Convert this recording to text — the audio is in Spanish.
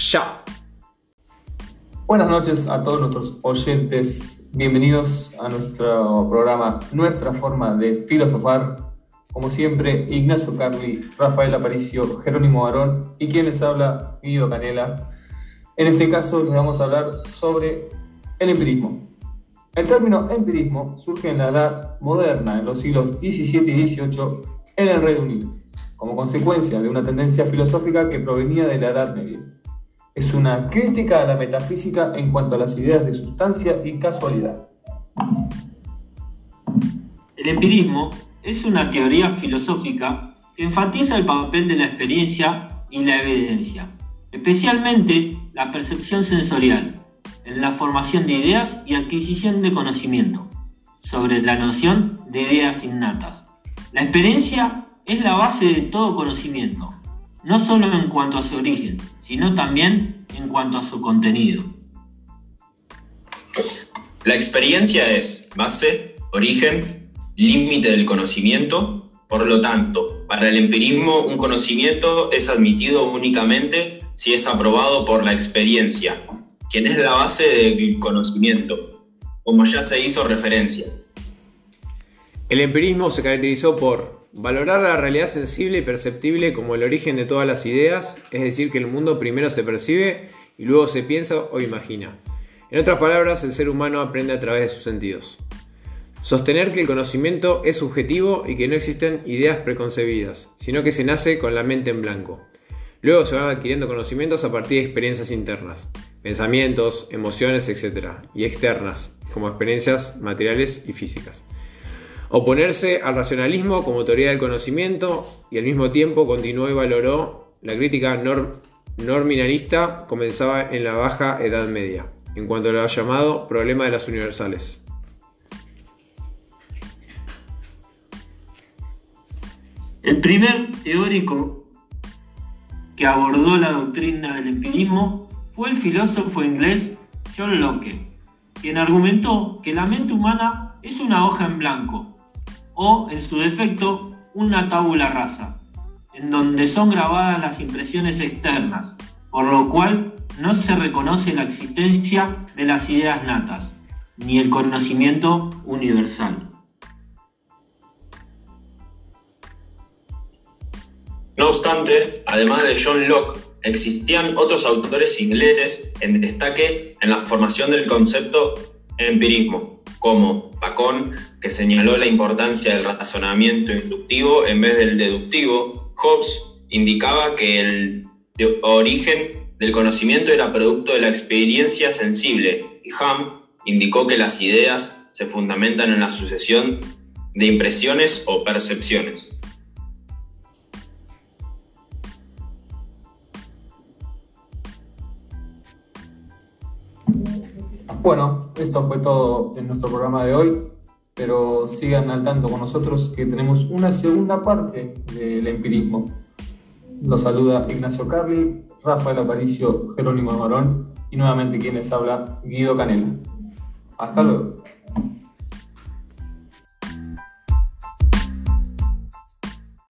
ya. Buenas noches a todos nuestros oyentes. Bienvenidos a nuestro programa Nuestra Forma de Filosofar. Como siempre, Ignacio Carli, Rafael Aparicio, Jerónimo Barón y quien les habla, Guido Canela. En este caso les vamos a hablar sobre el empirismo. El término empirismo surge en la Edad Moderna, en los siglos XVII y XVIII, en el Reino Unido, como consecuencia de una tendencia filosófica que provenía de la Edad Media. Es una crítica a la metafísica en cuanto a las ideas de sustancia y casualidad. El empirismo es una teoría filosófica que enfatiza el papel de la experiencia y la evidencia, especialmente la percepción sensorial, en la formación de ideas y adquisición de conocimiento, sobre la noción de ideas innatas. La experiencia es la base de todo conocimiento, no solo en cuanto a su origen, sino también en cuanto a su contenido. La experiencia es base, origen, límite del conocimiento. Por lo tanto, para el empirismo, un conocimiento es admitido únicamente si es aprobado por la experiencia, quien es la base del conocimiento, como ya se hizo referencia. El empirismo se caracterizó por valorar la realidad sensible y perceptible como el origen de todas las ideas, es decir, que el mundo primero se percibe y luego se piensa o imagina. En otras palabras, el ser humano aprende a través de sus sentidos. Sostener que el conocimiento es subjetivo y que no existen ideas preconcebidas, sino que se nace con la mente en blanco. Luego se van adquiriendo conocimientos a partir de experiencias internas, pensamientos, emociones, etc. y externas, como experiencias materiales y físicas. Oponerse al racionalismo como teoría del conocimiento y al mismo tiempo continuó y valoró la crítica nominalista comenzaba en la Baja Edad Media, en cuanto a lo llamado problema de las universales. El primer teórico que abordó la doctrina del empirismo fue el filósofo inglés John Locke, quien argumentó que la mente humana es una hoja en blanco, o, en su defecto, una tabula rasa, en donde son grabadas las impresiones externas, por lo cual no se reconoce la existencia de las ideas natas, ni el conocimiento universal. No obstante, además de John Locke, existían otros autores ingleses en destaque en la formación del concepto empirismo, como Bacon, que señaló la importancia del razonamiento inductivo en vez del deductivo. Hobbes indicaba que el origen del conocimiento era producto de la experiencia sensible, y Hume indicó que las ideas se fundamentan en la sucesión de impresiones o percepciones. Bueno, esto fue todo en nuestro programa de hoy, pero sigan al tanto con nosotros que tenemos una segunda parte del empirismo. Los saluda Ignacio Carli, Rafael Aparicio, Jerónimo Barón y nuevamente quien les habla, Guido Canela. Hasta luego.